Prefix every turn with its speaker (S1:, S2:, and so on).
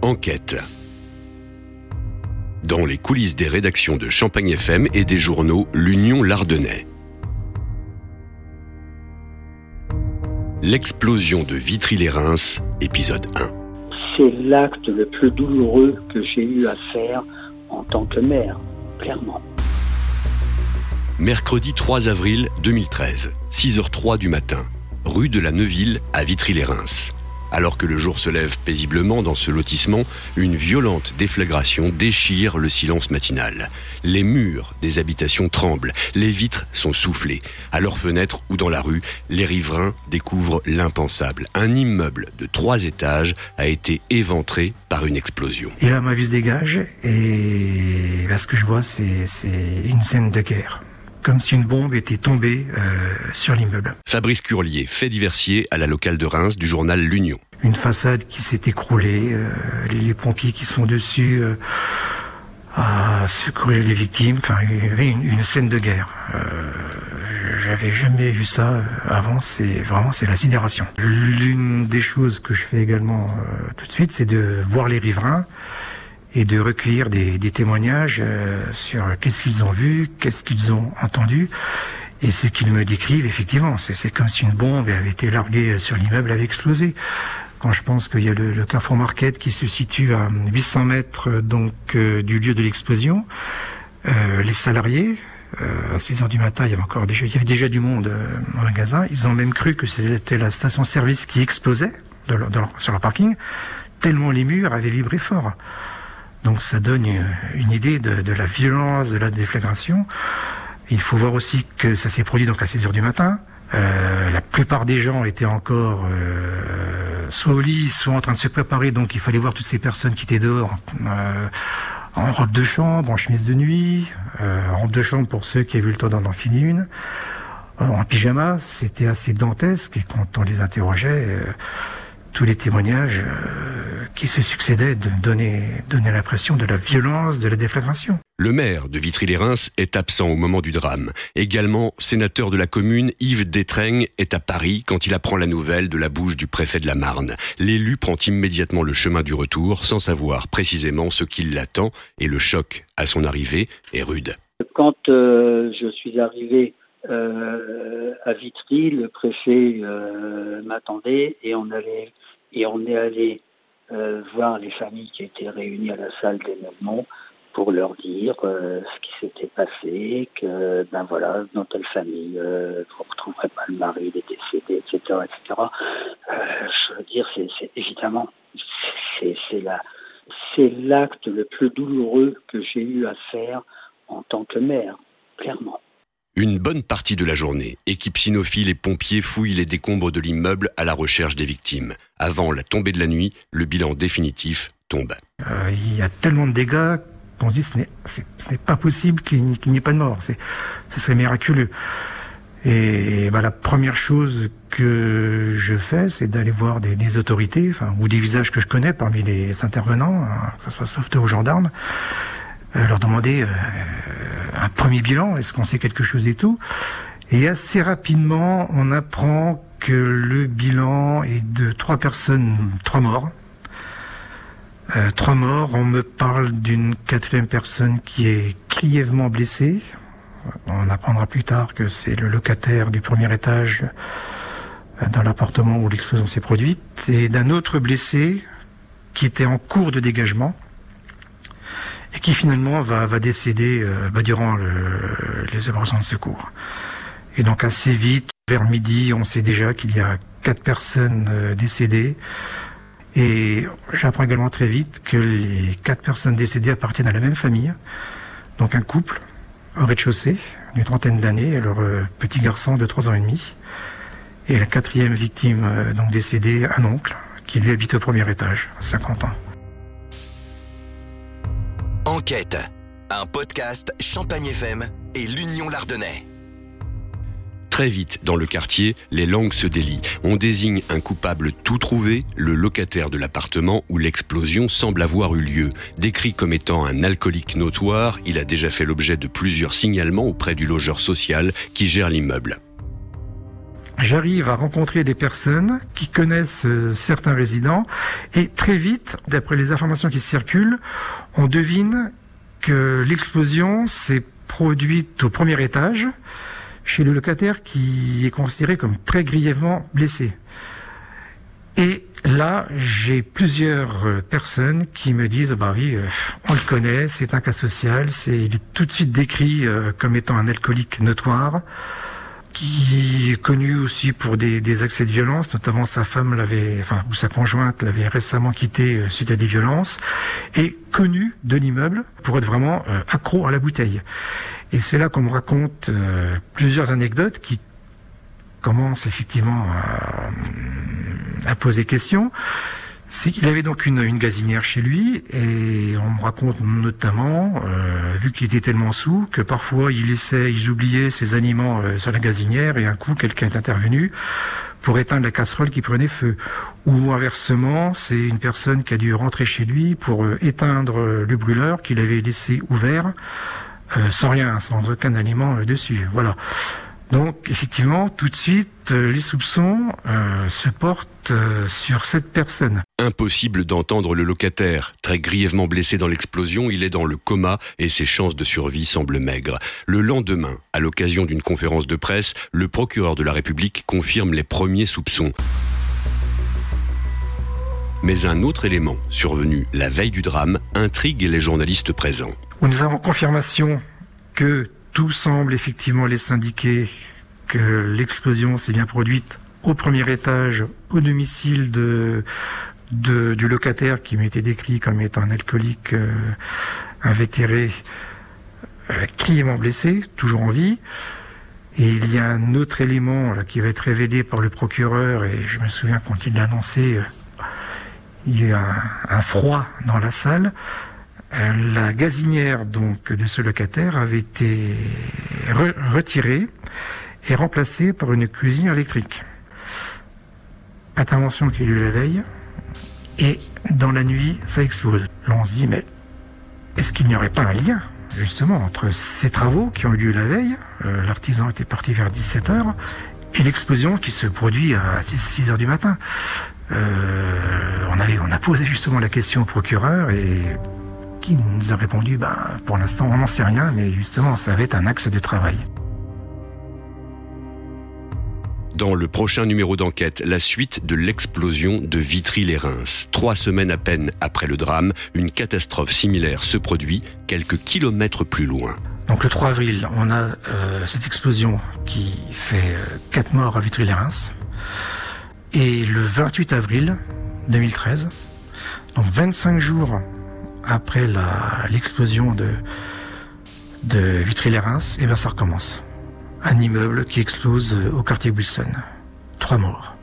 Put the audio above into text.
S1: Enquête. Dans les coulisses des rédactions de Champagne FM et des journaux L'Union Lardonnais. L'explosion de Vitry-les-Reims, épisode 1.
S2: C'est l'acte le plus douloureux que j'ai eu à faire en tant que maire, clairement.
S1: Mercredi 3 avril 2013, 6h03 du matin, rue de la Neuville à Vitry-les-Reims. Alors que le jour se lève paisiblement dans ce lotissement, une violente déflagration déchire le silence matinal. Les murs des habitations tremblent, les vitres sont soufflées. À leurs fenêtres ou dans la rue, les riverains découvrent l'impensable. Un immeuble de 3 étages a été éventré par une explosion.
S3: Et là, ma vue se dégage et ce que je vois, c'est une scène de guerre. Comme si une bombe était tombée sur l'immeuble.
S1: Fabrice Curlier, fait diversier à la locale de Reims du journal L'Union.
S3: Une façade qui s'est écroulée, les pompiers qui sont dessus à secourir les victimes. Enfin, il y avait une scène de guerre. J'avais jamais vu ça avant, c'est la sidération. L'une des choses que je fais également tout de suite, c'est de voir les riverains et de recueillir des témoignages sur qu'est-ce qu'ils ont vu, qu'est-ce qu'ils ont entendu, et ce qu'ils me décrivent, effectivement. C'est comme si une bombe avait été larguée sur l'immeuble, avait explosé. Quand je pense qu'il y a le Carrefour Market qui se situe à 800 mètres du lieu de l'explosion, les salariés, à 6h du matin, il y avait déjà du monde au magasin. Ils ont même cru que c'était la station-service qui explosait sur leur parking, tellement les murs avaient vibré fort. Donc ça donne une idée de la violence de la déflagration. Il faut voir aussi que ça s'est produit donc à 6h du matin. La plupart des gens étaient encore soit au lit, soit en train de se préparer. Donc il fallait voir toutes ces personnes qui étaient dehors en robe de chambre, en chemise de nuit, en robe de chambre pour ceux qui avaient eu le temps d'en filer une. En pyjama, c'était assez dantesque. Et quand on les interrogeait, tous les témoignages qui se succédaient donnaient l'impression de la violence de la déflagration.
S1: Le maire de Vitry-les-Reims est absent au moment du drame. Également, sénateur de la commune, Yves Détraigne est à Paris quand il apprend la nouvelle de la bouche du préfet de la Marne. L'élu prend immédiatement le chemin du retour sans savoir précisément ce qui l'attend et le choc à son arrivée est rude.
S2: Quand je suis arrivé à Vitry, le préfet m'attendait et on est allé voir les familles qui étaient réunies à la salle d'événement pour leur dire ce qui s'était passé, que dans telle famille, vous ne retrouverez pas le mari, il est décédé, etc., etc. Je veux dire, c'est évidemment, c'est l'acte le plus douloureux que j'ai eu à faire en tant que maire, clairement.
S1: Une bonne partie de la journée, équipe cynophile et pompiers fouillent les décombres de l'immeuble à la recherche des victimes. Avant la tombée de la nuit, le bilan définitif tombe.
S3: Il y a tellement de dégâts qu'on se dit ce n'est pas possible qu'il n'y ait pas de mort. Ce serait miraculeux. Et la première chose que je fais, c'est d'aller voir des autorités, ou des visages que je connais parmi les intervenants, que ce soit sauveteurs ou gendarmes, leur demander un premier bilan, est-ce qu'on sait quelque chose et tout. Et assez rapidement, on apprend que le bilan est de 3 morts. 3 morts, on me parle d'une 4e personne qui est grièvement blessée. On apprendra plus tard que c'est le locataire du premier étage dans l'appartement où l'explosion s'est produite, et d'un autre blessé qui était en cours de dégagement et qui finalement va décéder durant les opérations de secours. Et donc assez vite, vers midi, on sait déjà qu'il y a 4 personnes décédées. Et j'apprends également très vite que les 4 personnes décédées appartiennent à la même famille. Donc un couple au rez-de-chaussée, d'une 30aine d'années, et leur petit garçon de 3 ans et demi. Et la 4e victime décédée, un oncle, qui lui habite au premier étage, 50 ans.
S4: Enquête, un podcast Champagne FM et l'Union Lardonnais.
S1: Très vite, dans le quartier, les langues se délient. On désigne un coupable tout trouvé, le locataire de l'appartement où l'explosion semble avoir eu lieu. Décrit comme étant un alcoolique notoire, il a déjà fait l'objet de plusieurs signalements auprès du logeur social qui gère l'immeuble.
S3: j'arrive à rencontrer des personnes qui connaissent certains résidents et très vite, d'après les informations qui circulent, on devine que l'explosion s'est produite au premier étage chez le locataire qui est considéré comme très grièvement blessé. Et là, j'ai plusieurs personnes qui me disent bah oui, on le connaît, c'est un cas social, il est tout de suite décrit comme étant un alcoolique notoire, qui est connu aussi pour des accès de violence, notamment sa femme ou sa conjointe l'avait récemment quitté suite à des violences, et connu de l'immeuble pour être vraiment accro à la bouteille. Et c'est là qu'on me raconte plusieurs anecdotes qui commencent effectivement à poser question. C'est qu'il avait donc une gazinière chez lui, et on me raconte notamment, vu qu'il était tellement saoul, que parfois ils oubliaient ses aliments sur la gazinière, et un coup quelqu'un est intervenu pour éteindre la casserole qui prenait feu. Ou inversement, c'est une personne qui a dû rentrer chez lui pour éteindre le brûleur qu'il avait laissé ouvert, sans aucun aliment dessus. Voilà. Donc effectivement, tout de suite, les soupçons se portent sur cette personne.
S1: Impossible d'entendre le locataire. Très grièvement blessé dans l'explosion, il est dans le coma et ses chances de survie semblent maigres. Le lendemain, à l'occasion d'une conférence de presse, le procureur de la République confirme les premiers soupçons. Mais un autre élément, survenu la veille du drame, intrigue les journalistes présents.
S3: Nous avons confirmation que tout semble effectivement laisser indiquer que l'explosion s'est bien produite au premier étage, au domicile du locataire qui m'était décrit comme étant un alcoolique invétéré, grièvement blessé, toujours en vie. Et il y a un autre élément là, qui va être révélé par le procureur, et je me souviens quand il l'a annoncé, il y a eu un froid dans la salle. La gazinière donc de ce locataire avait été retirée et remplacée par une cuisine électrique. Intervention qui a eu lieu la veille, et dans la nuit, ça explose. Là, on se dit, mais est-ce qu'il n'y aurait pas un lien justement entre ces travaux qui ont eu lieu la veille, l'artisan était parti vers 17h, et l'explosion qui se produit à 6h du matin. On a posé justement la question au procureur, et qui nous a répondu, pour l'instant on n'en sait rien, mais justement ça va être un axe de travail.
S1: Dans le prochain numéro d'enquête, la suite de l'explosion de Vitry-les-Reims. 3 semaines à peine après le drame, une catastrophe similaire se produit quelques kilomètres plus loin.
S3: Donc le 3 avril, on a cette explosion qui fait 4 morts à Vitry-les-Reims. Et le 28 avril 2013, donc 25 jours après l'explosion de Vitry-les-Reims, et ça recommence. Un immeuble qui explose au quartier Wilson. 3 morts.